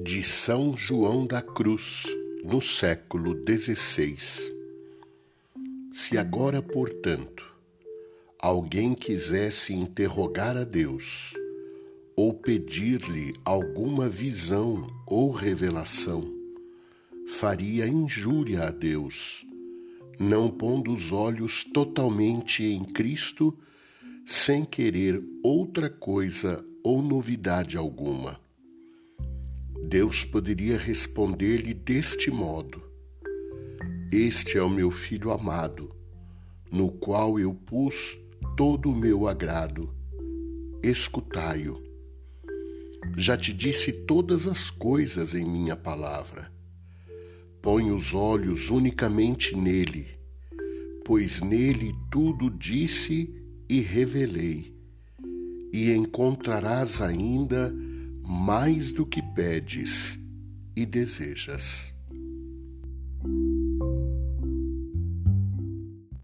de São João da Cruz, no século XVI. Se agora, portanto, alguém quisesse interrogar a Deus, ou pedir-lhe alguma visão ou revelação, faria injúria a Deus, não pondo os olhos totalmente em Cristo, sem querer outra coisa ou novidade alguma. Deus poderia responder-lhe deste modo: Este é o meu Filho amado, no qual eu pus todo o meu agrado. Escutai-o. Já te disse todas as coisas em minha palavra. Põe os olhos unicamente nele, pois nele tudo disse e revelei, e encontrarás ainda mais do que pedes e desejas.